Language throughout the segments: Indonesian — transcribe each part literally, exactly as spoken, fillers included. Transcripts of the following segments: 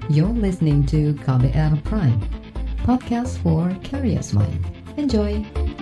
You're listening to K B R Prime, podcast for curious mind. Enjoy!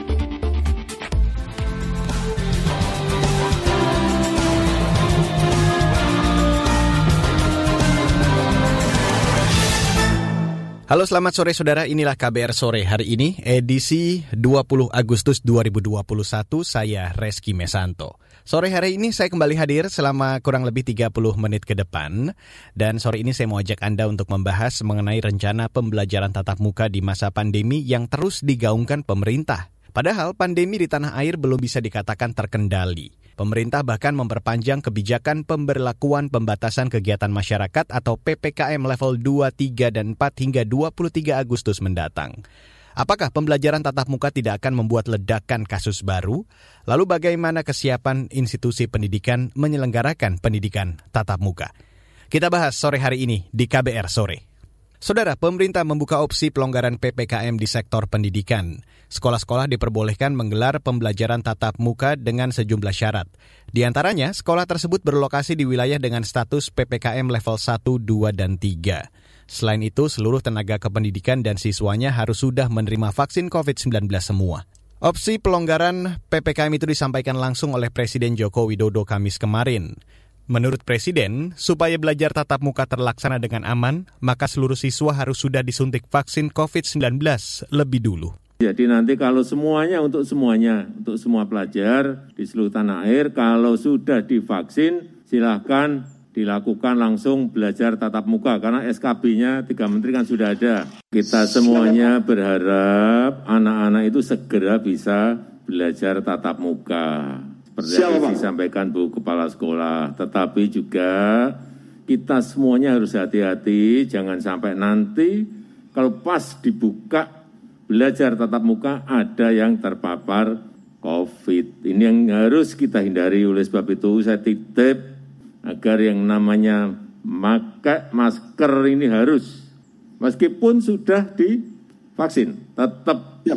Halo, selamat sore saudara, inilah K B R Sore hari ini, edisi dua puluh Agustus dua ribu dua puluh satu, saya Reski Mesanto. Sore hari ini saya kembali hadir selama kurang lebih tiga puluh menit ke depan, dan sore ini saya mau ajak Anda untuk membahas mengenai rencana pembelajaran tatap muka di masa pandemi yang terus digaungkan pemerintah. Padahal pandemi di tanah air belum bisa dikatakan terkendali. Pemerintah bahkan memperpanjang kebijakan pemberlakuan pembatasan kegiatan masyarakat atau P P K M level dua, tiga, dan empat hingga dua puluh tiga Agustus mendatang. Apakah pembelajaran tatap muka tidak akan membuat ledakan kasus baru? Lalu bagaimana kesiapan institusi pendidikan menyelenggarakan pendidikan tatap muka? Kita bahas sore hari ini di K B R Sore. Saudara, pemerintah membuka opsi pelonggaran P P K M di sektor pendidikan. Sekolah-sekolah diperbolehkan menggelar pembelajaran tatap muka dengan sejumlah syarat. Di antaranya, sekolah tersebut berlokasi di wilayah dengan status P P K M level satu, dua, dan tiga. Selain itu, seluruh tenaga kependidikan dan siswanya harus sudah menerima vaksin covid sembilan belas semua. Opsi pelonggaran P P K M itu disampaikan langsung oleh Presiden Joko Widodo Kamis kemarin. Menurut Presiden, supaya belajar tatap muka terlaksana dengan aman, maka seluruh siswa harus sudah disuntik vaksin covid sembilan belas lebih dulu. Jadi nanti kalau semuanya untuk semuanya, untuk semua pelajar di seluruh tanah air, kalau sudah divaksin, silakan dilakukan langsung belajar tatap muka. Karena S K B-nya tiga menteri kan sudah ada. Kita semuanya berharap anak-anak itu segera bisa belajar tatap muka. Seperti yang disampaikan Bu Kepala Sekolah. Tetapi juga kita semuanya harus hati-hati, jangan sampai nanti kalau pas dibuka belajar tatap muka ada yang terpapar COVID. Ini yang harus kita hindari. Oleh sebab itu saya titip agar yang namanya pakai masker ini harus, meskipun sudah divaksin, tetap.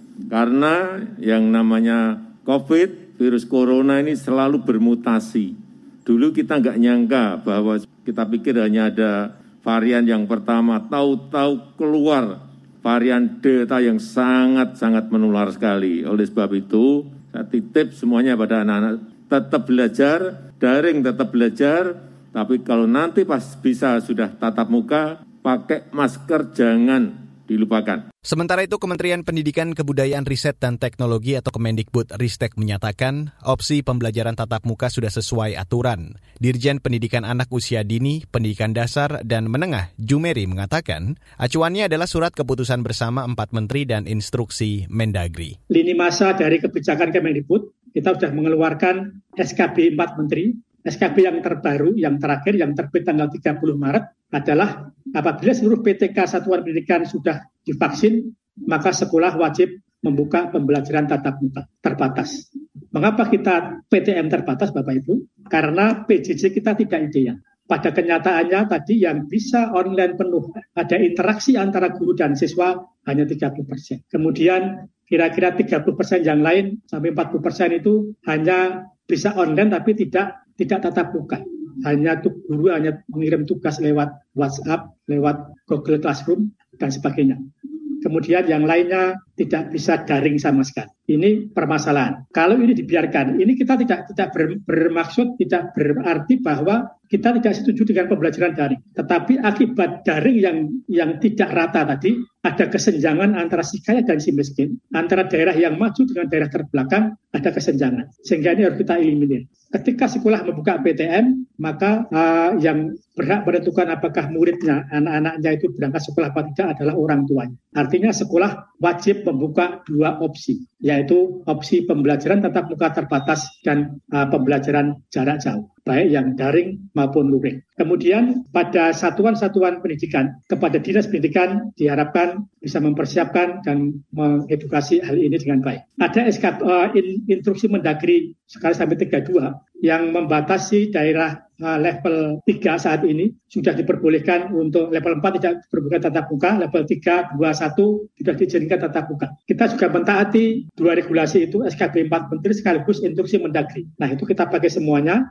Karena yang namanya COVID, virus corona ini selalu bermutasi. Dulu kita nggak nyangka bahwa kita pikir hanya ada varian yang pertama, tahu-tahu keluar varian Delta yang sangat-sangat menular sekali. Oleh sebab itu, saya titip semuanya pada anak-anak, tetap belajar, daring tetap belajar, tapi kalau nanti pas bisa sudah tatap muka, pakai masker jangan dilupakan. Sementara itu, Kementerian Pendidikan, Kebudayaan, Riset, dan Teknologi atau Kemendikbud Ristek menyatakan opsi pembelajaran tatap muka sudah sesuai aturan. Dirjen Pendidikan Anak Usia Dini, Pendidikan Dasar, dan Menengah, Jumeri, mengatakan acuannya adalah surat keputusan bersama empat menteri dan instruksi Mendagri. Lini masa dari kebijakan Kemendikbud, kita sudah mengeluarkan S K B empat menteri. S K B yang terbaru, yang terakhir, yang terbit tanggal tiga puluh Maret adalah apabila seluruh P T K satuan pendidikan sudah divaksin, maka sekolah wajib membuka pembelajaran tatap muka terbatas. Mengapa kita P T M terbatas, Bapak Ibu? Karena P J J kita tidak ideal. Pada kenyataannya tadi yang bisa online penuh, ada interaksi antara guru dan siswa hanya tiga puluh persen. Kemudian kira-kira tiga puluh persen yang lain sampai empat puluh persen itu hanya bisa online tapi tidak tidak tatap muka. Hanya tuh guru hanya mengirim tugas lewat WhatsApp, lewat Google Classroom, dan sebagainya. Kemudian yang lainnya tidak bisa daring sama sekali. Ini permasalahan. Kalau ini dibiarkan, ini kita tidak tidak ber, bermaksud, tidak berarti bahwa kita tidak setuju dengan pembelajaran daring. Tetapi akibat daring yang yang tidak rata tadi, ada kesenjangan antara si kaya dan si miskin, antara daerah yang maju dengan daerah terbelakang, ada kesenjangan. Sehingga ini harus kita eliminir. Ketika sekolah membuka P T M, maka uh, yang berhak menentukan apakah muridnya, anak-anaknya itu berangkat sekolah apa tidak adalah orang tuanya. Artinya sekolah wajib membuka dua opsi, yaitu opsi pembelajaran tatap muka terbatas dan uh, pembelajaran jarak jauh, baik yang daring maupun luring. Kemudian pada satuan-satuan pendidikan, kepada dinas pendidikan diharapkan bisa mempersiapkan dan mengedukasi hal ini dengan baik. Ada S K, uh, in, instruksi Mendagri sekali sampai tiga puluh dua yang membatasi daerah uh, level tiga saat ini sudah diperbolehkan untuk level empat tidak diperbolehkan tatap muka, level tiga, dua, satu sudah diizinkan tatap muka. Kita juga mentaati dua regulasi itu, S K B empat menteri sekaligus instruksi Mendagri. Nah itu kita pakai semuanya dan itu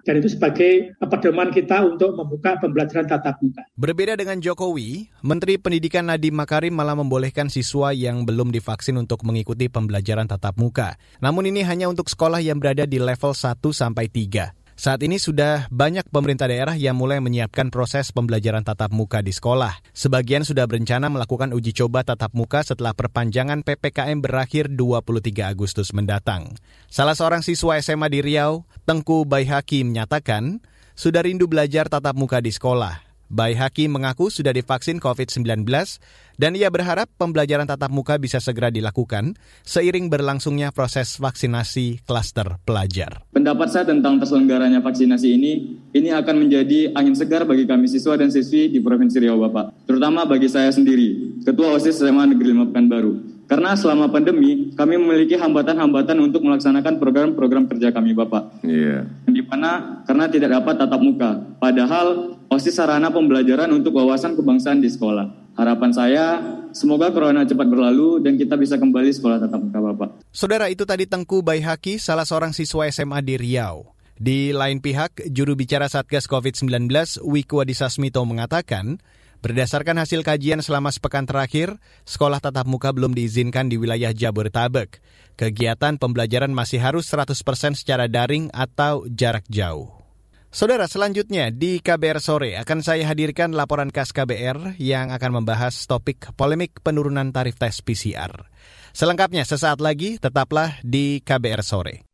sebagai pedoman kita untuk membuka pembelajaran tatap muka. Berbeda dengan Jokowi, Menteri Pendidikan Nadiem Makarim malah membolehkan siswa yang belum divaksin untuk mengikuti pembelajaran tatap muka. Namun ini hanya untuk sekolah yang berada di level satu sampai tiga. Saat ini sudah banyak pemerintah daerah yang mulai menyiapkan proses pembelajaran tatap muka di sekolah. Sebagian sudah berencana melakukan uji coba tatap muka setelah perpanjangan P P K M berakhir dua puluh tiga Agustus mendatang. Salah seorang siswa S M A di Riau, Tengku Baihaki, menyatakan sudah rindu belajar tatap muka di sekolah. Baihaki mengaku sudah divaksin covid sembilan belas dan ia berharap pembelajaran tatap muka bisa segera dilakukan seiring berlangsungnya proses vaksinasi klaster pelajar. Pendapat saya tentang terselenggaranya vaksinasi ini, ini akan menjadi angin segar bagi kami siswa dan siswi di Provinsi Riau, Bapak. Terutama bagi saya sendiri, Ketua OSIS S M A Negeri lima Pekanbaru. Karena selama pandemi, kami memiliki hambatan-hambatan untuk melaksanakan program-program kerja kami, Bapak. Iya. Yeah. Di mana karena tidak dapat tatap muka. Padahal OSIS sarana pembelajaran untuk wawasan kebangsaan di sekolah. Harapan saya, semoga corona cepat berlalu dan kita bisa kembali sekolah tatap muka, Bapak. Saudara, itu tadi Tengku Baihaki, salah seorang siswa S M A di Riau. Di lain pihak, juru bicara Satgas covid sembilan belas, Wiku Adhisa Smito, mengatakan, berdasarkan hasil kajian selama sepekan terakhir, sekolah tatap muka belum diizinkan di wilayah Jabodetabek. Kegiatan pembelajaran masih harus seratus persen secara daring atau jarak jauh. Saudara, selanjutnya di K B R Sore akan saya hadirkan laporan khas K B R yang akan membahas topik polemik penurunan tarif tes P C R. Selengkapnya sesaat lagi, tetaplah di K B R Sore.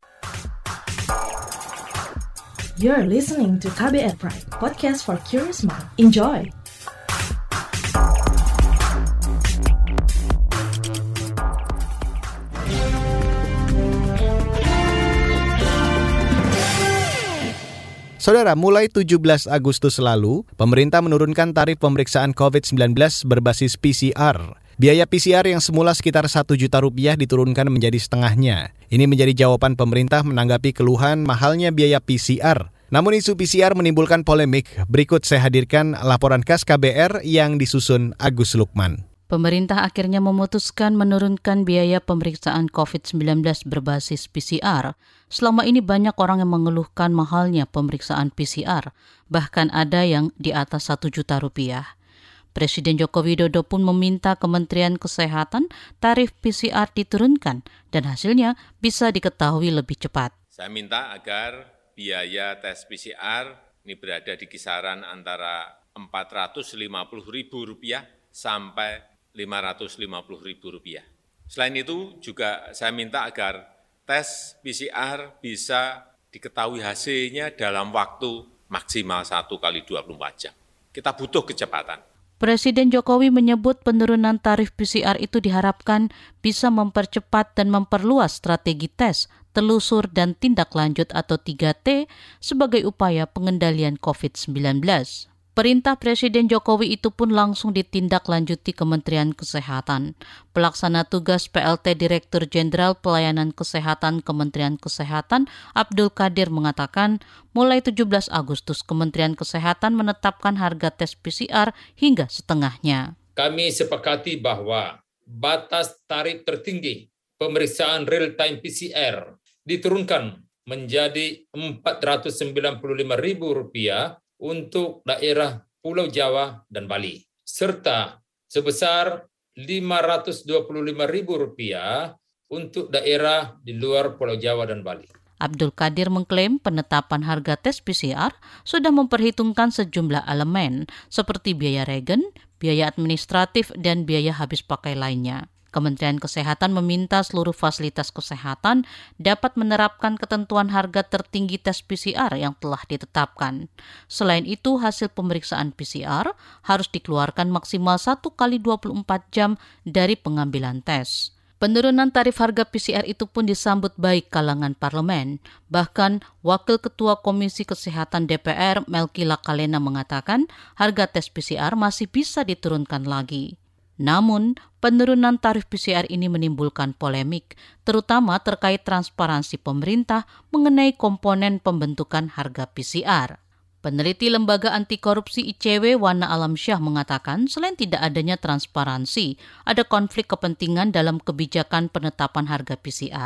You're listening to K B R Prime, podcast for curious mind. Enjoy! Saudara, mulai tujuh belas Agustus lalu, pemerintah menurunkan tarif pemeriksaan covid sembilan belas berbasis P C R. Biaya P C R yang semula sekitar satu juta rupiah diturunkan menjadi setengahnya. Ini menjadi jawaban pemerintah menanggapi keluhan mahalnya biaya P C R. Namun isu P C R menimbulkan polemik. Berikut saya hadirkan laporan khas K B R yang disusun Agus Lukman. Pemerintah akhirnya memutuskan menurunkan biaya pemeriksaan covid sembilan belas berbasis P C R. Selama ini banyak orang yang mengeluhkan mahalnya pemeriksaan P C R, bahkan ada yang di atas satu juta rupiah. Presiden Joko Widodo pun meminta Kementerian Kesehatan tarif P C R diturunkan dan hasilnya bisa diketahui lebih cepat. Saya minta agar biaya tes P C R ini berada di kisaran antara empat ratus lima puluh ribu rupiah sampai lima ratus lima puluh ribu rupiah. Selain itu juga saya minta agar tes P C R bisa diketahui hasilnya dalam waktu maksimal satu kali dua puluh empat jam. Kita butuh kecepatan. Presiden Jokowi menyebut penurunan tarif P C R itu diharapkan bisa mempercepat dan memperluas strategi tes, telusur, dan tindak lanjut atau tiga T sebagai upaya pengendalian covid sembilan belas. Perintah Presiden Jokowi itu pun langsung ditindaklanjuti Kementerian Kesehatan. Pelaksana tugas P L T Direktur Jenderal Pelayanan Kesehatan Kementerian Kesehatan, Abdul Qadir, mengatakan mulai tujuh belas Agustus Kementerian Kesehatan menetapkan harga tes P C R hingga setengahnya. Kami sepakati bahwa batas tarif tertinggi pemeriksaan real-time P C R diturunkan menjadi empat ratus sembilan puluh lima ribu rupiah untuk daerah Pulau Jawa dan Bali, serta sebesar lima ratus dua puluh lima ribu rupiah untuk daerah di luar Pulau Jawa dan Bali. Abdul Qadir mengklaim penetapan harga tes P C R sudah memperhitungkan sejumlah elemen seperti biaya regen, biaya administratif, dan biaya habis pakai lainnya. Kementerian Kesehatan meminta seluruh fasilitas kesehatan dapat menerapkan ketentuan harga tertinggi tes P C R yang telah ditetapkan. Selain itu, hasil pemeriksaan P C R harus dikeluarkan maksimal satu kali dua puluh empat jam dari pengambilan tes. Penurunan tarif harga P C R itu pun disambut baik kalangan parlemen. Bahkan, Wakil Ketua Komisi Kesehatan D P R, Melki Lakalena, mengatakan harga tes P C R masih bisa diturunkan lagi. Namun, penurunan tarif P C R ini menimbulkan polemik, terutama terkait transparansi pemerintah mengenai komponen pembentukan harga P C R. Peneliti Lembaga Anti Korupsi I C W, Wana Alamsyah, mengatakan selain tidak adanya transparansi, ada konflik kepentingan dalam kebijakan penetapan harga P C R.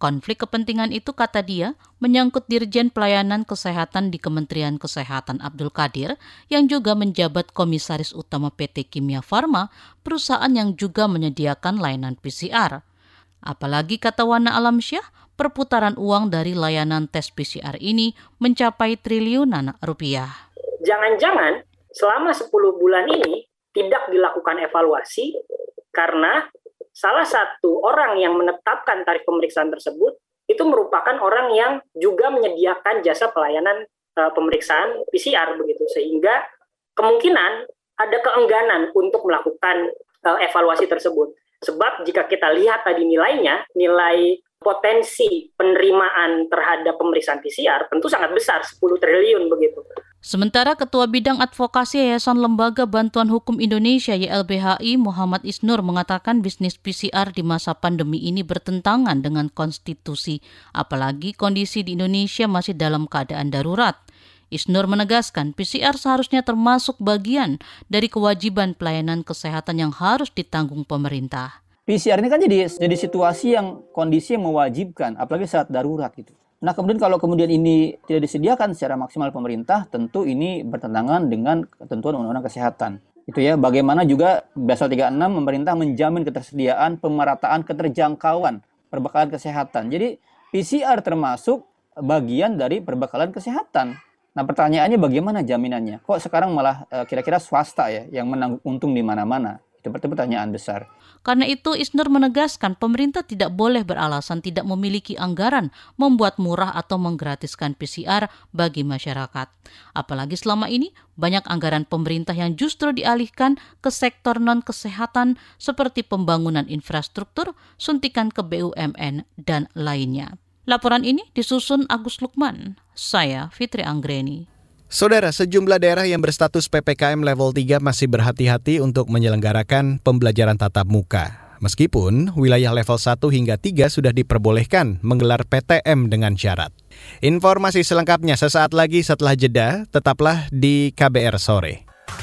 Konflik kepentingan itu, kata dia, menyangkut Dirjen Pelayanan Kesehatan di Kementerian Kesehatan Abdul Qadir yang juga menjabat Komisaris Utama P T Kimia Farma, perusahaan yang juga menyediakan layanan P C R. Apalagi, kata Wana Alamsyah, perputaran uang dari layanan tes P C R ini mencapai triliunan rupiah. Jangan-jangan selama sepuluh bulan ini tidak dilakukan evaluasi karena salah satu orang yang menetapkan tarif pemeriksaan tersebut itu merupakan orang yang juga menyediakan jasa pelayanan uh, pemeriksaan P C R begitu, sehingga kemungkinan ada keengganan untuk melakukan uh, evaluasi tersebut. Sebab jika kita lihat tadi nilainya, nilai potensi penerimaan terhadap pemeriksaan P C R tentu sangat besar, sepuluh triliun begitu. Sementara Ketua Bidang Advokasi Yayasan Lembaga Bantuan Hukum Indonesia Y L B H I Muhammad Isnur mengatakan bisnis P C R di masa pandemi ini bertentangan dengan konstitusi, apalagi kondisi di Indonesia masih dalam keadaan darurat. Isnur menegaskan P C R seharusnya termasuk bagian dari kewajiban pelayanan kesehatan yang harus ditanggung pemerintah. P C R ini kan jadi jadi situasi yang kondisi yang mewajibkan, apalagi saat darurat gitu. Nah, kemudian kalau kemudian ini tidak disediakan secara maksimal pemerintah, tentu ini bertentangan dengan ketentuan Undang-Undang Kesehatan. Itu ya, bagaimana juga Pasal tiga puluh enam pemerintah menjamin ketersediaan, pemerataan, keterjangkauan perbekalan kesehatan. Jadi P C R termasuk bagian dari perbekalan kesehatan. Nah, pertanyaannya bagaimana jaminannya? Kok sekarang malah uh, kira-kira swasta ya yang menanggung untung di mana-mana? Itu pertanyaan besar. Karena itu, Isnur menegaskan pemerintah tidak boleh beralasan tidak memiliki anggaran membuat murah atau menggratiskan P C R bagi masyarakat. Apalagi selama ini banyak anggaran pemerintah yang justru dialihkan ke sektor non-kesehatan seperti pembangunan infrastruktur, suntikan ke B U M N, dan lainnya. Laporan ini disusun Agus Lukman. Saya Fitri Anggreni. Saudara, sejumlah daerah yang berstatus P P K M level tiga masih berhati-hati untuk menyelenggarakan pembelajaran tatap muka. Meskipun wilayah level satu hingga tiga sudah diperbolehkan menggelar P T M dengan syarat. Informasi selengkapnya sesaat lagi setelah jeda, tetaplah di K B R Sore.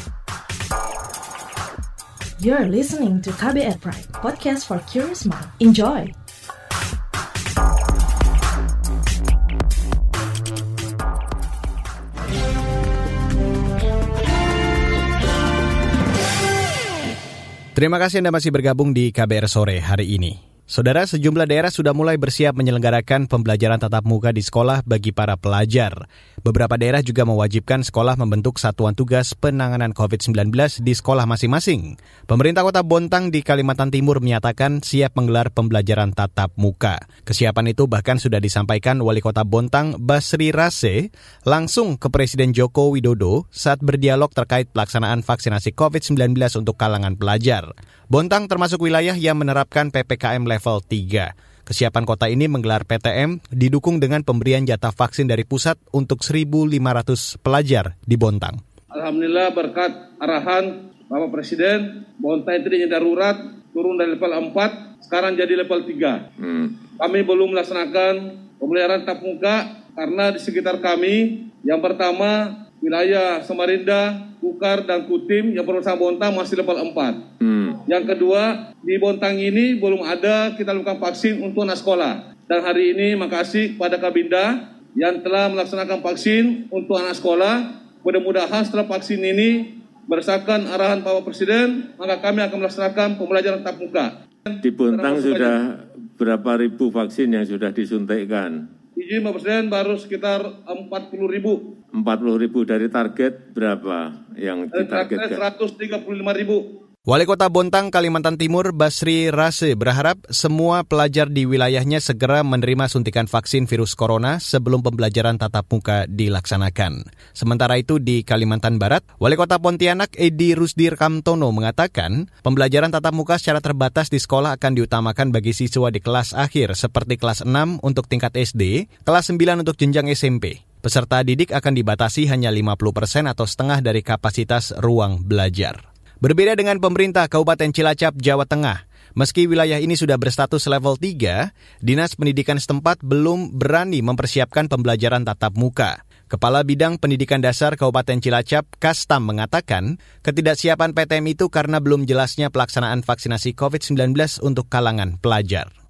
You're listening to K B R Prime, podcast for curious mind. Enjoy! Terima kasih Anda masih bergabung di K B R Sore hari ini. Saudara, sejumlah daerah sudah mulai bersiap menyelenggarakan pembelajaran tatap muka di sekolah bagi para pelajar. Beberapa daerah juga mewajibkan sekolah membentuk satuan tugas penanganan covid sembilan belas di sekolah masing-masing. Pemerintah Kota Bontang di Kalimantan Timur menyatakan siap menggelar pembelajaran tatap muka. Kesiapan itu bahkan sudah disampaikan Wali Kota Bontang Basri Rase langsung ke Presiden Joko Widodo saat berdialog terkait pelaksanaan vaksinasi covid sembilan belas untuk kalangan pelajar. Bontang termasuk wilayah yang menerapkan P P K M level tiga. Kesiapan kota ini menggelar P T M didukung dengan pemberian jatah vaksin dari pusat untuk seribu lima ratus pelajar di Bontang. Alhamdulillah berkat arahan Bapak Presiden, Bontang itu tidak darurat, turun dari level empat, sekarang jadi level tiga. Hmm. Kami belum melaksanakan pembelajaran tatap muka karena di sekitar kami, yang pertama wilayah Samarinda, Kukar, dan Kutim yang bersama Bontang masih level empat. Hmm. Yang kedua, di Bontang ini belum ada kita lakukan vaksin untuk anak sekolah. Dan hari ini makasih kepada Kabinda yang telah melaksanakan vaksin untuk anak sekolah. Mudah-mudahan setelah vaksin ini berdasarkan arahan Bapak Presiden, maka kami akan melaksanakan pembelajaran tatap muka. Di Bontang sudah berapa ribu vaksin yang sudah disuntikkan? Izin Bapak Presiden baru sekitar empat puluh ribu. empat puluh ribu dari target berapa yang ditargetkan? seratus tiga puluh lima ribu. Wali Kota Bontang, Kalimantan Timur, Basri Rase berharap semua pelajar di wilayahnya segera menerima suntikan vaksin virus corona sebelum pembelajaran tatap muka dilaksanakan. Sementara itu di Kalimantan Barat, Wali Kota Pontianak Edi Rusdir Kamtono mengatakan pembelajaran tatap muka secara terbatas di sekolah akan diutamakan bagi siswa di kelas akhir seperti kelas enam untuk tingkat S D, kelas sembilan untuk jenjang S M P. Peserta didik akan dibatasi hanya lima puluh persen atau setengah dari kapasitas ruang belajar. Berbeda dengan pemerintah Kabupaten Cilacap, Jawa Tengah. Meski wilayah ini sudah berstatus level tiga, Dinas Pendidikan setempat belum berani mempersiapkan pembelajaran tatap muka. Kepala Bidang Pendidikan Dasar Kabupaten Cilacap, Kastam, mengatakan ketidaksiapan P T M itu karena belum jelasnya pelaksanaan vaksinasi covid sembilan belas untuk kalangan pelajar.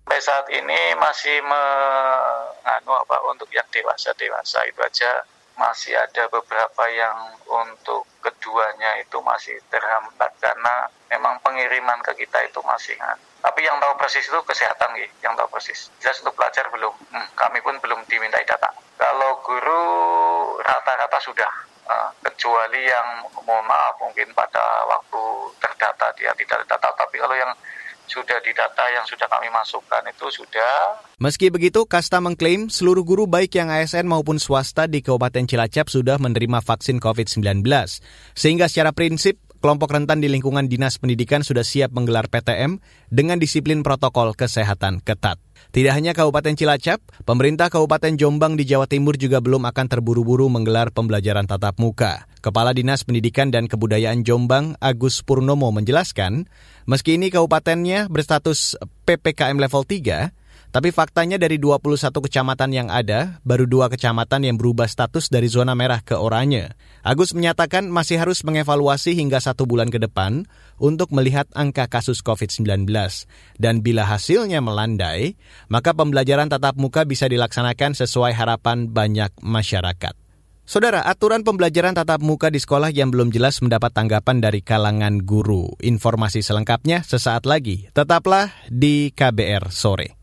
Sampai saat ini masih menganu apa untuk yang dewasa-dewasa itu aja masih ada beberapa yang untuk keduanya itu masih terhambat karena memang pengiriman ke kita itu masih kan. Tapi yang tahu persis itu kesehatan gitu, yang tahu persis. Jelas untuk pelajar belum, hmm, kami pun belum dimintai data. Kalau guru rata-rata sudah, uh, kecuali yang mohon maaf mungkin pada waktu terdata dia tidak terdata. Tapi kalau yang sudah didata yang sudah kami masukkan itu sudah. Meski begitu, Kasta mengklaim seluruh guru baik yang A S N maupun swasta di Kabupaten Cilacap sudah menerima vaksin covid sembilan belas. Sehingga secara prinsip, kelompok rentan di lingkungan Dinas Pendidikan sudah siap menggelar P T M dengan disiplin protokol kesehatan ketat. Tidak hanya Kabupaten Cilacap, pemerintah Kabupaten Jombang di Jawa Timur juga belum akan terburu-buru menggelar pembelajaran tatap muka. Kepala Dinas Pendidikan dan Kebudayaan Jombang, Agus Purnomo menjelaskan, meski ini kabupatennya berstatus P P K M level tiga, tapi faktanya dari dua puluh satu kecamatan yang ada, baru dua kecamatan yang berubah status dari zona merah ke oranye. Agus menyatakan masih harus mengevaluasi hingga satu bulan ke depan untuk melihat angka kasus covid sembilan belas. Dan bila hasilnya melandai, maka pembelajaran tatap muka bisa dilaksanakan sesuai harapan banyak masyarakat. Saudara, aturan pembelajaran tatap muka di sekolah yang belum jelas mendapat tanggapan dari kalangan guru. Informasi selengkapnya sesaat lagi. Tetaplah di K B R Sore.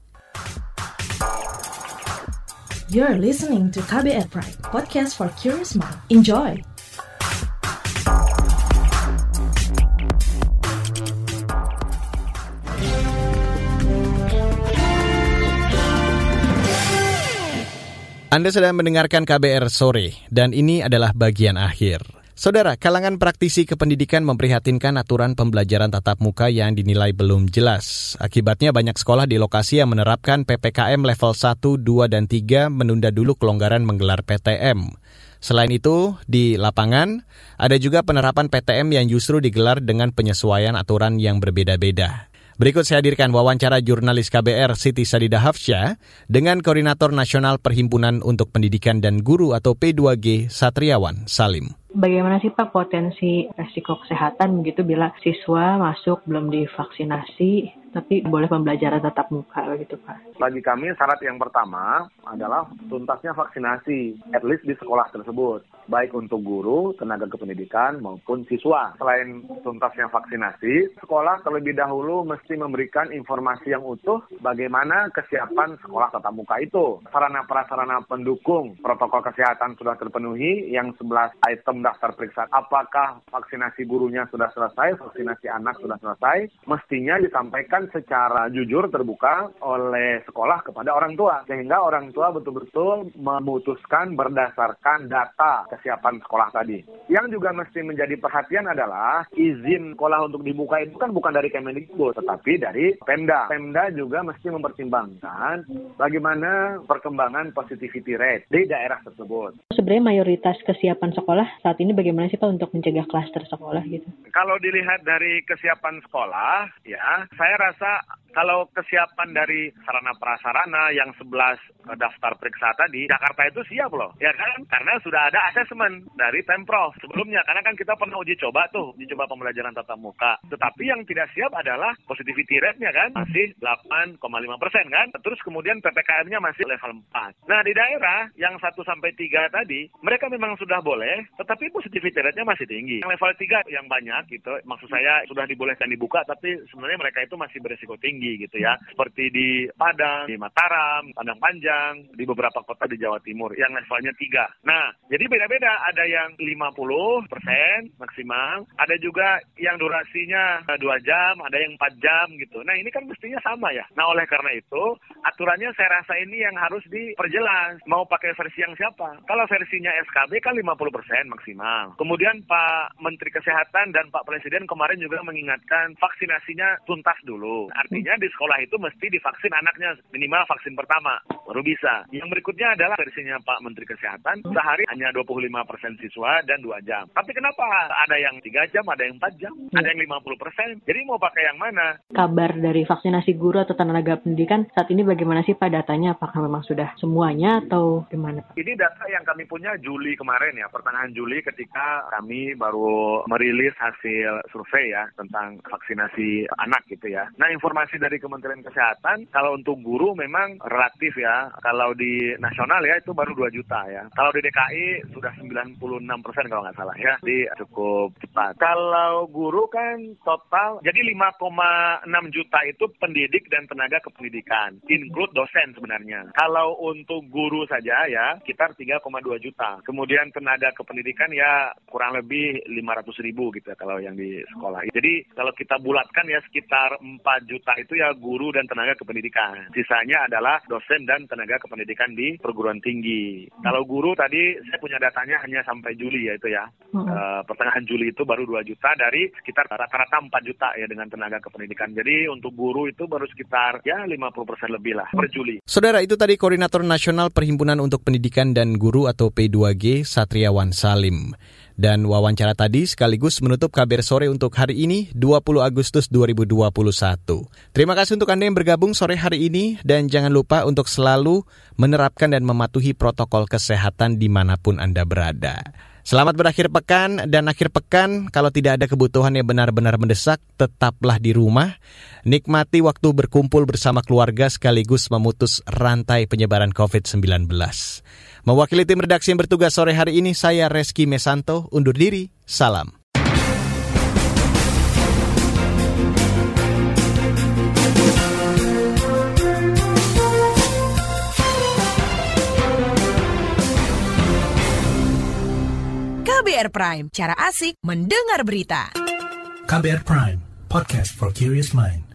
You're listening to K B R Pride, podcast for curious mind. Enjoy! Anda sedang mendengarkan K B R Sore, dan ini adalah bagian akhir. Saudara, kalangan praktisi kependidikan memprihatinkan aturan pembelajaran tatap muka yang dinilai belum jelas. Akibatnya banyak sekolah di lokasi yang menerapkan P P K M level satu, dua, dan tiga menunda dulu kelonggaran menggelar P T M. Selain itu, di lapangan, ada juga penerapan P T M yang justru digelar dengan penyesuaian aturan yang berbeda-beda. Berikut saya hadirkan wawancara jurnalis K B R Siti Sadida Hafsyah dengan Koordinator Nasional Perhimpunan untuk Pendidikan dan Guru atau P dua G Satriawan Salim. Bagaimana sih Pak potensi resiko kesehatan begitu bila siswa masuk belum divaksinasi tapi boleh pembelajaran tatap muka begitu Pak? Bagi kami syarat yang pertama adalah tuntasnya vaksinasi, at least di sekolah tersebut, baik untuk guru, tenaga kependidikan maupun siswa. Selain tuntasnya vaksinasi, sekolah terlebih dahulu mesti memberikan informasi yang utuh bagaimana kesiapan sekolah tatap muka itu. Sarana-prasarana pendukung protokol kesehatan sudah terpenuhi, yang sebelas item daftar periksa. Apakah vaksinasi gurunya sudah selesai, vaksinasi anak sudah selesai, mestinya disampaikan secara jujur terbuka oleh sekolah kepada orang tua, sehingga orang tua betul-betul memutuskan berdasarkan data kesiapan sekolah tadi. Yang juga mesti menjadi perhatian adalah izin sekolah untuk dibuka itu kan bukan dari Kemendikbud, tetapi dari Pemda. Pemda juga mesti mempertimbangkan bagaimana perkembangan positivity rate di daerah tersebut. Sebenarnya mayoritas kesiapan sekolah saat ini bagaimana sih Pak untuk mencegah klaster sekolah gitu? Kalau dilihat dari kesiapan sekolah, ya saya rasa kalau kesiapan dari sarana prasarana yang sebelas daftar periksa tadi, Jakarta itu siap loh, ya kan? Karena sudah ada asesmen dari Pemprov sebelumnya, karena kan kita pernah uji coba tuh, uji coba pembelajaran tatap muka. Tetapi yang tidak siap adalah positivity rate-nya kan, masih delapan koma lima persen kan? Terus kemudian P P K M-nya masih level empat. Nah di daerah yang satu sampai tiga tadi, mereka memang sudah boleh, tetapi positivity rate-nya masih tinggi. Yang level tiga yang banyak gitu, maksud saya sudah dibolehkan dibuka, tapi sebenarnya mereka itu masih berisiko tinggi gitu ya. Seperti di Padang, di Mataram, Padang Panjang, di beberapa kota di Jawa Timur yang levelnya tiga. Nah, jadi beda-beda. Ada yang lima puluh persen maksimal, ada juga yang durasinya dua jam, ada yang empat jam gitu. Nah, ini kan mestinya sama ya. Nah, oleh karena itu, aturannya saya rasa ini yang harus diperjelas. Mau pakai versi yang siapa? Kalau versinya S K B kan lima puluh persen maksimal. Kemudian Pak Menteri Kesehatan dan Pak Presiden kemarin juga mengingatkan vaksinasinya tuntas dulu. Artinya di sekolah itu mesti divaksin anaknya minimal vaksin pertama, baru bisa. Yang berikutnya adalah versinya Pak Menteri Kesehatan, sehari hanya dua puluh lima persen siswa dan dua jam. Tapi kenapa ada yang tiga jam, ada yang empat jam, ada yang lima puluh persen? Jadi mau pakai yang mana? Kabar dari vaksinasi guru atau tenaga pendidikan saat ini bagaimana sih Pak datanya? Apakah memang sudah semuanya atau gimana Pak? Ini data yang kami punya Juli kemarin ya, pertengahan Juli ketika kami baru merilis hasil survei ya tentang vaksinasi anak gitu ya. Nah, informasi dari Kementerian Kesehatan, kalau untuk guru memang relatif ya. Kalau di nasional ya itu baru dua juta ya. Kalau di D K I sudah sembilan puluh enam persen kalau nggak salah ya. Jadi cukup cepat. Kalau guru kan total, jadi lima koma enam juta itu pendidik dan tenaga kependidikan. Include dosen sebenarnya. Kalau untuk guru saja ya, sekitar tiga koma dua juta. Kemudian tenaga kependidikan ya kurang lebih lima ratus ribu gitu ya kalau yang di sekolah. Jadi kalau kita bulatkan ya sekitar empat juta itu ya guru dan tenaga kependidikan. Sisanya adalah dosen dan tenaga kependidikan di perguruan tinggi. Kalau guru tadi saya punya datanya hanya sampai Juli ya itu ya. Hmm. E, pertengahan Juli itu baru dua juta dari sekitar rata-rata empat juta ya dengan tenaga kependidikan. Jadi untuk guru itu baru sekitar ya lima puluh persen lebih lah per Juli. Saudara, itu tadi Koordinator Nasional Perhimpunan untuk Pendidikan dan Guru atau P dua G Satriawan Salim. Dan wawancara tadi sekaligus menutup K B R Sore untuk hari ini, dua puluh Agustus dua ribu dua puluh satu. Terima kasih untuk Anda yang bergabung sore hari ini, dan jangan lupa untuk selalu menerapkan dan mematuhi protokol kesehatan dimanapun Anda berada. Selamat berakhir pekan, dan akhir pekan kalau tidak ada kebutuhan yang benar-benar mendesak, tetaplah di rumah. Nikmati waktu berkumpul bersama keluarga sekaligus memutus rantai penyebaran covid sembilan belas. Mewakili tim redaksi yang bertugas sore hari ini, saya Reski Mesanto, undur diri, salam. K B R Prime, cara asik mendengar berita. K B R Prime, podcast for curious mind.